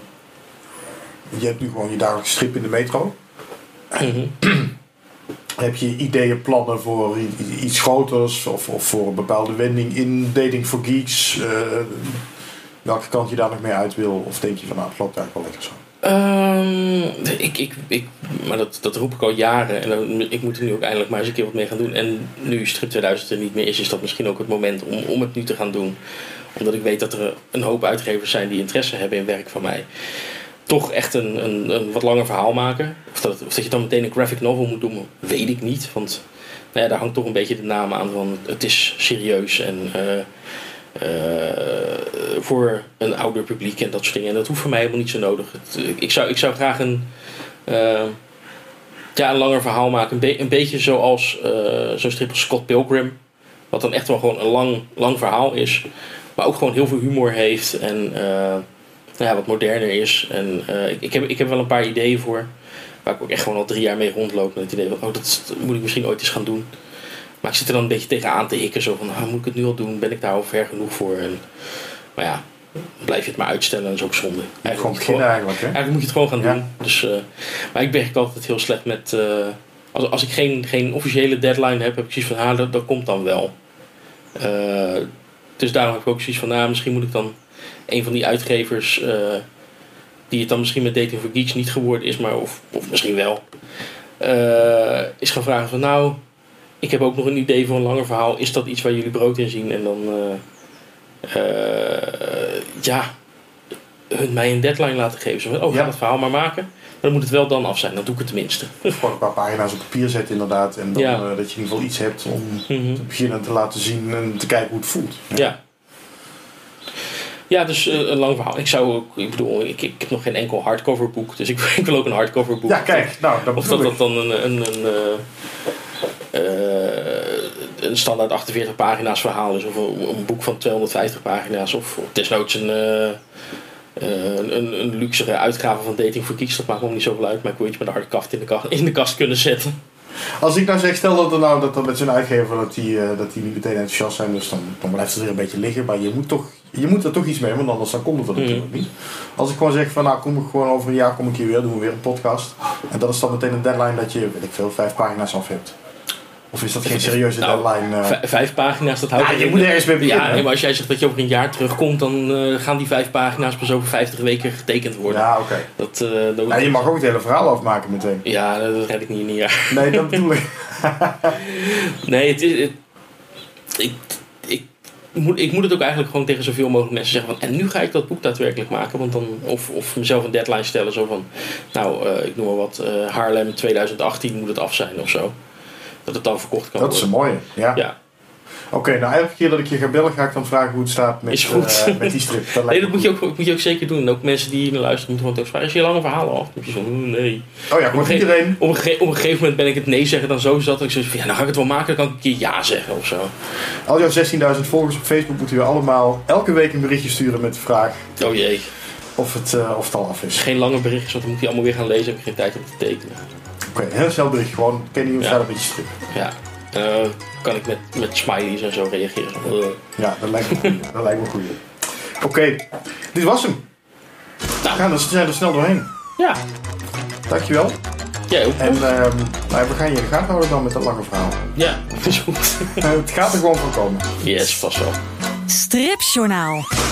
Speaker 2: je hebt nu gewoon je dagelijkse strip in de metro.
Speaker 3: Mm-hmm.
Speaker 2: Heb je ideeën, plannen voor iets groters of, of voor een bepaalde wending in Dating for Geeks? Uh, welke kant je daar nog mee uit wil? Of denk je van nou, het loopt eigenlijk wel lekker zo?
Speaker 3: Um, ik, ik, ik, maar dat, dat roep ik al jaren en dan, ik moet er nu ook eindelijk maar eens een keer wat mee gaan doen. En nu Strip tweeduizend er niet meer is, is dat misschien ook het moment om, om het nu te gaan doen. Omdat ik weet dat er een hoop uitgevers zijn die interesse hebben in werk van mij. Toch echt een, een, een wat langer verhaal maken. Of dat, of dat je dan meteen een graphic novel moet doen, weet ik niet. Want nou ja, daar hangt toch een beetje de naam aan van het is serieus en uh, uh, voor een ouder publiek en dat soort dingen. En dat hoeft voor mij helemaal niet zo nodig. Het, ik, zou, ik zou graag een, uh, ja, een langer verhaal maken. Een, be- een beetje zoals uh, zo'n strip als Scott Pilgrim. Wat dan echt wel gewoon een lang, lang verhaal is. Maar ook gewoon heel veel humor heeft en... Uh, Nou ja, wat moderner is. En uh, ik, ik, heb, ik heb wel een paar ideeën voor. Waar ik ook echt gewoon al drie jaar mee rondloop. Met het idee van, oh, dat, dat moet ik misschien ooit eens gaan doen. Maar ik zit er dan een beetje tegenaan te hikken. Zo van, ah, moet ik het nu al doen? Ben ik daar al ver genoeg voor? En, maar ja, dan blijf je het maar uitstellen. En dat is ook zonde.
Speaker 2: Eigenlijk gewoon beginnen eigenlijk, hè?
Speaker 3: Eigenlijk moet je het gewoon gaan
Speaker 2: ja. doen.
Speaker 3: Dus, uh, maar ik werk altijd heel slecht met... Uh, als, als ik geen, geen officiële deadline heb, heb ik zoiets van, ah, dat, dat komt dan wel. Uh, dus daarom heb ik ook zoiets van, nou, misschien moet ik dan... een van die uitgevers uh, die het dan misschien met Dating for Geeks niet geworden is, maar of, of misschien wel, uh, is gaan vragen van nou, ik heb ook nog een idee voor een langer verhaal. Is dat iets waar jullie brood in zien? En dan uh, uh, ja, hun mij een deadline laten geven. Zo van, oh, ga ja. dat verhaal maar maken. Maar dan moet het wel dan af zijn. Dan doe ik het tenminste.
Speaker 2: Gewoon een paar pagina's op papier zetten inderdaad. En dan ja. uh, dat je in ieder geval iets hebt om mm-hmm. te beginnen te laten zien en te kijken hoe het voelt.
Speaker 3: Ja. ja. Ja, dus uh, een lang verhaal. Ik zou ook, ik bedoel, ik, ik heb nog geen enkel hardcover boek, dus ik, ik wil ook een hardcover boek.
Speaker 2: Ja, kijk, nou, dat
Speaker 3: of dat dat dan een, een, een, uh, uh, een standaard achtenveertig pagina's verhaal is, of een, een boek van tweehonderdvijftig pagina's, of, of desnoods een, uh, uh, een, een luxere uitgave van Dating for Geeks. Dat maakt me niet zoveel uit, maar ik wil iets met een harde kaft in de kast, in de kast kunnen zetten.
Speaker 2: Als ik nou zeg, stel dat er nou dat er met zo'n uitgever dat die, uh, dat die niet meteen enthousiast zijn, dus dan, dan blijft het er een beetje liggen, maar je moet toch je moet er toch iets mee, want anders dan komt het er natuurlijk mm. niet. Als ik gewoon zeg van nou kom ik gewoon over een jaar kom ik hier weer, doen we weer een podcast. En dat is dan meteen een deadline dat je, weet ik veel, vijf pagina's af hebt. Of is dat geen serieuze nou, deadline? Uh...
Speaker 3: V- vijf pagina's, dat houdt...
Speaker 2: Ja, je moet ergens mee beginnen.
Speaker 3: Ja, nee, maar als jij zegt dat je over een jaar terugkomt, dan uh, gaan die vijf pagina's pas over vijftig weken getekend worden.
Speaker 2: Ja, oké. Okay.
Speaker 3: Dat, uh, dat
Speaker 2: nou, je mag ook het hele verhaal afmaken meteen.
Speaker 3: Ja, dat red ik niet in een jaar.
Speaker 2: Nee, dat bedoel ik.
Speaker 3: Nee, het is... Het, ik, ik, moet, ik moet het ook eigenlijk gewoon tegen zoveel mogelijk mensen zeggen van, en nu ga ik dat boek daadwerkelijk maken, want dan, of, of mezelf een deadline stellen, zo van, nou, uh, ik noem maar wat, uh, Haarlem twintig achttien moet het af zijn of zo. Dat het dan verkocht kan
Speaker 2: dat
Speaker 3: worden.
Speaker 2: Dat is een mooie, ja.
Speaker 3: ja.
Speaker 2: Oké, okay, nou elke keer dat ik je ga bellen ga ik dan vragen hoe het staat met, uh, met die strip. Dat
Speaker 3: nee, dat moet je, ook, moet je ook zeker doen. En ook mensen die hier naar luisteren moeten gewoon vragen, is je lange verhalen af? Dan je zo, nee.
Speaker 2: Oh ja, gewoon iedereen.
Speaker 3: Op een, ge- op een gegeven moment ben ik het nee zeggen dan zo zat. Dat ik zo van, ja, nou ga ik het wel maken, dan kan ik een keer ja zeggen of zo.
Speaker 2: Al jouw zestienduizend volgers op Facebook moeten we allemaal elke week een berichtje sturen met de vraag.
Speaker 3: Oh jee.
Speaker 2: Of het, uh, of het al af is.
Speaker 3: Geen lange berichtjes, want dan moet je allemaal weer gaan lezen. Heb ik geen tijd om te tekenen.
Speaker 2: Oké, okay, heel snel bericht. Gewoon, ken je hoe staat een beetje strip.
Speaker 3: Ja. Uh, kan ik met, met smileys en zo reageren. Uh.
Speaker 2: Ja, dat lijkt me goed. Dat lijkt me goed. Oké, okay, dit was hem. Nou. We gaan er, zijn er snel doorheen.
Speaker 3: Ja.
Speaker 2: Dankjewel.
Speaker 3: Jij ook.
Speaker 2: En uh, nou, we gaan je in de gaten houden dan met dat lange verhaal.
Speaker 3: Ja, is goed.
Speaker 2: Het gaat er gewoon van komen.
Speaker 3: Yes, vast wel.
Speaker 1: Stripjournaal.